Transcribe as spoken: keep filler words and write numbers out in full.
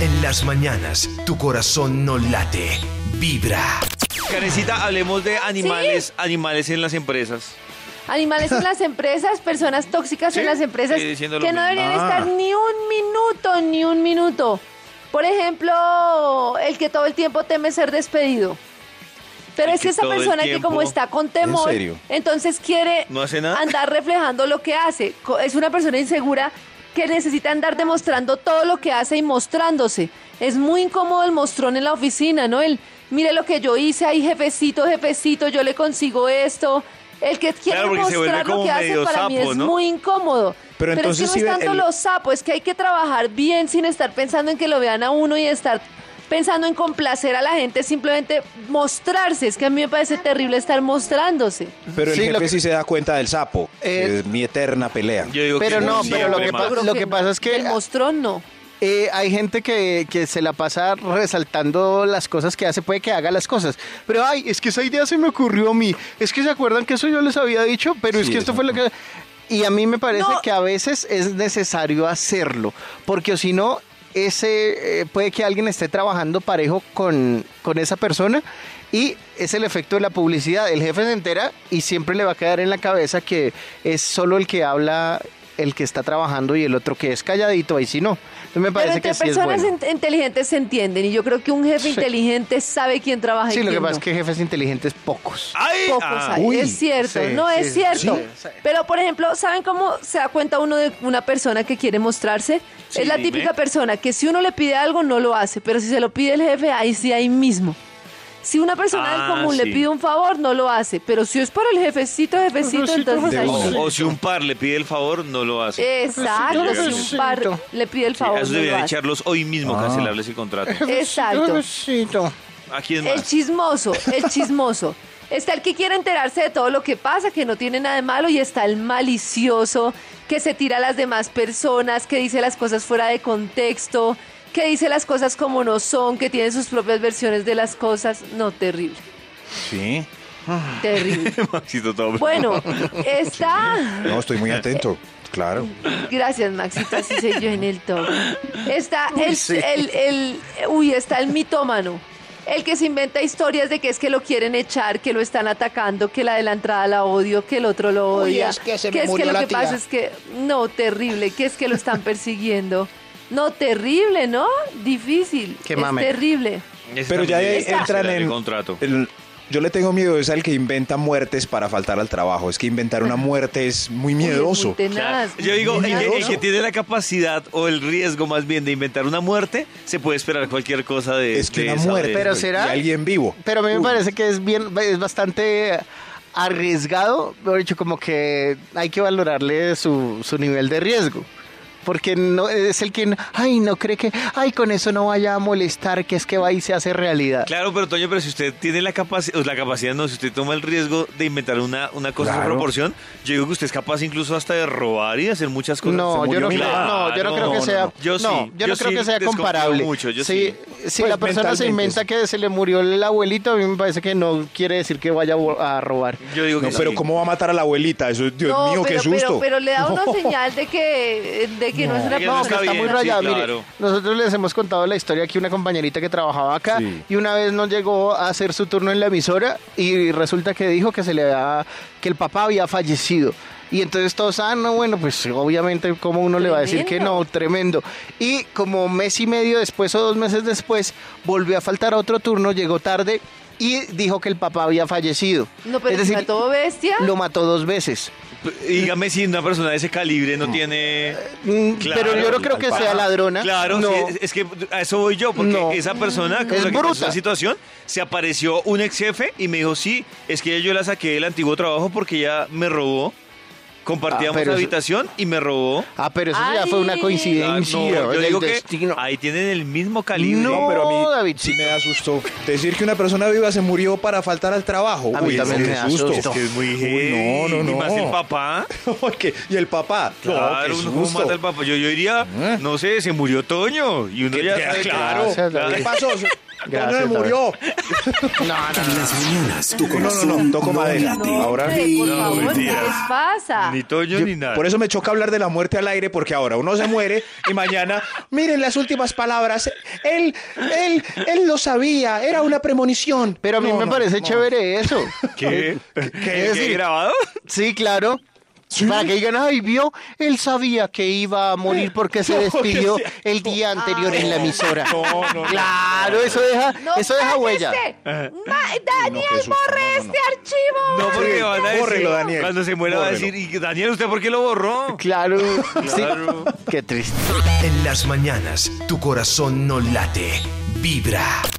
En las mañanas, tu corazón no late, vibra. Karencita, hablemos de animales, ¿sí? animales en las empresas. Animales en las empresas, personas tóxicas ¿Sí? en las empresas sí, que no deberían ah. estar ni un minuto, ni un minuto. Por ejemplo, el que todo el tiempo teme ser despedido. Pero el es que esa persona que como está con temor, entonces quiere ¿No hace nada? andar reflejando lo que hace. Es una persona insegura que necesita andar demostrando todo lo que hace y mostrándose. Es muy incómodo el mostrón en la oficina, ¿no? El, mire lo que yo hice, ahí jefecito, jefecito, yo le consigo esto. El que quiere claro, mostrar lo que hace para sapo, mí es ¿no? muy incómodo. Pero, Pero entonces es que no es tanto el... los sapos, es que hay que trabajar bien sin estar pensando en que lo vean a uno y estar pensando en complacer a la gente, simplemente mostrarse. Es que a mí me parece terrible estar mostrándose. Pero el sí, jefe que... sí se da cuenta del sapo. Eh... Es mi eterna pelea. Yo digo pero que no, pero lo que, pa lo que, que pasa es que... El mostrón no. Eh, hay gente que, que se la pasa resaltando las cosas que hace, puede que haga las cosas, pero ay, es que esa idea se me ocurrió a mí, es que se acuerdan que eso yo les había dicho, pero sí, es que esto fue lo que... Y a mí me parece no. que a veces es necesario hacerlo, porque si no, ese eh, puede que alguien esté trabajando parejo con, con esa persona y es el efecto de la publicidad, el jefe se entera y siempre le va a quedar en la cabeza que es solo el que habla, el que está trabajando y el otro que es calladito, ahí sí no. Entonces me parece que sí es bueno. Pero entre personas inteligentes se entienden y yo creo que un jefe sí. inteligente sabe quién trabaja sí, y quién no. Sí, lo que pasa es que jefes inteligentes pocos. ¡Ay! Pocos Ah, hay. Es cierto, sí, no sí, es cierto. Sí. Pero, por ejemplo, ¿saben cómo se da cuenta uno de una persona que quiere mostrarse? Sí, es la dime. típica persona que si uno le pide algo no lo hace, pero si se lo pide el jefe, ahí sí, ahí mismo. Si una persona ah, del común sí. le pide un favor, no lo hace. Pero si es para el jefecito, jefecito, jefecito entonces... Ahí o, o si un par le pide el favor, no lo hace. Exacto, jefecito. Si un par le pide el favor, sí, eso no deberían lo hace. echarlos hoy mismo, ah. cancelarles el contrato. Exacto. Jefecito. ¿A quién más? El chismoso, el chismoso. Está el que quiere enterarse de todo lo que pasa, que no tiene nada de malo, y está el malicioso, que se tira a las demás personas, que dice las cosas fuera de contexto, que dice las cosas como no son, que tiene sus propias versiones de las cosas. No, terrible. Sí. Terrible. Maxito, todo. Bueno, está... No, estoy muy atento. Claro. Gracias, Maxito, así soy yo en el top. Está el, sí. el, el, uy, está el mitómano. El que se inventa historias de que es que lo quieren echar, que lo están atacando, que la de la entrada la odio, que el otro lo odia. Uy, es que se que me es murió que lo la que tía. pasa es que, no, terrible, que es que lo están persiguiendo. No, terrible, ¿no? Difícil. Qué es mame. terrible. Pero ya de ahí entran en... el contrato. El, yo le tengo miedo, es al que inventa muertes para faltar al trabajo. Es que inventar una muerte es muy miedoso. Uy, es muy tenaz, yo digo, muy el que, el miedoso. que tiene la capacidad o el riesgo más bien de inventar una muerte, se puede esperar cualquier cosa de Es que de una esa, muerte, de- Pero será- y alguien vivo. Pero a mí me Uy. parece que es bien, es bastante arriesgado, mejor dicho, como que hay que valorarle su, su nivel de riesgo. Porque no es el que, ay, no cree que, ay, con eso no vaya a molestar, que es que va y se hace realidad. Claro, pero Toño, pero si usted tiene la capacidad, la capacidad no, si usted toma el riesgo de inventar una, una cosa Claro. en proporción, yo digo que usted es capaz incluso hasta de robar y de hacer muchas cosas. No, Se yo no, murió. creo, no, yo no creo que no, sea, no, no. Yo no, sí, yo no yo creo sí que sea desconfío comparable. mucho, yo si sí. si Pues la persona se mentalmente inventa sí. que se le murió el abuelito, a mí me parece que no quiere decir que vaya a robar. Yo digo que No, pero sí. ¿cómo va a matar a la abuelita? Eso, Dios no, mío, pero, qué susto. Pero, pero le da una señal de que, de que no, No. es una Que no No, está que está bien, muy rayado. sí, Mire, claro. nosotros les hemos contado la historia aquí, una compañerita que trabajaba acá Sí. y una vez nos llegó a hacer su turno en la emisora y resulta que dijo que se le había, que el papá había fallecido. Y entonces todos, ah, no, bueno, pues obviamente como uno le va a decir que no, tremendo. Y como mes y medio después o dos meses después volvió a faltar a otro turno, llegó tarde y dijo que el papá había fallecido. No, pero es decir, mató bestia. lo mató dos veces. Dígame si una persona de ese calibre no tiene... Mm, Claro, pero yo no creo que sea ladrona. Claro, no. sí, es, es que a eso voy yo, porque No. esa persona, con Es la que pasó bruta. esa situación, se apareció un ex jefe y me dijo, sí, es que yo la saqué del antiguo trabajo porque ella me robó, compartíamos Ah, pero eso- habitación y me robó. Ah, pero eso ya fue una Ay. coincidencia Ah, no, yo del digo que destino. ahí tienen el mismo calibre. No, pero a mí David, sí me da susto. Decir que una persona viva se murió para faltar al trabajo. A mí Uy, también qué me da susto. susto. Es que es muy Uy, heavy. no, no, Y no. más el papá. ¿Qué? ¿Y el papá? Claro, no, qué uno cómo susto. mata al papá. Yo, yo diría, ¿Eh? no sé, se murió Toño. Y uno ¿Qué? ya Ya, sabe que- claro. Gracias, ¿Qué David. pasó? Gracias, ¿Dónde David. murió? No, no, En las mañanas, tu No, no, corazón no, toco madera. late. No, Ahora- hombre, por No, favor, ¿qué mentiras. les pasa? Ni Toño Yo- ni nada. Por eso me choca hablar de la muerte al aire, porque ahora uno se muere y mañana, miren las últimas palabras. Él, él, él lo sabía, era una premonición. Pero a mí No, me no, parece no. chévere eso. ¿Qué? Es ¿Qué decir, grabado? Sí, claro. Para que digan, ay, vio, él sabía que iba a morir porque se No, despidió que sí. el día anterior en la emisora. No, no, no. Claro, eso deja, No, eso deja huella. cállese. Ma- Daniel, qué susto, borre no, no, no. este archivo. No, porque van a decir, Bórrelo, Daniel. cuando se muera va a Bórrelo. decir, y Daniel, ¿usted por qué lo borró? Claro, Claro. sí. Qué triste. En las mañanas, tu corazón no late, vibra.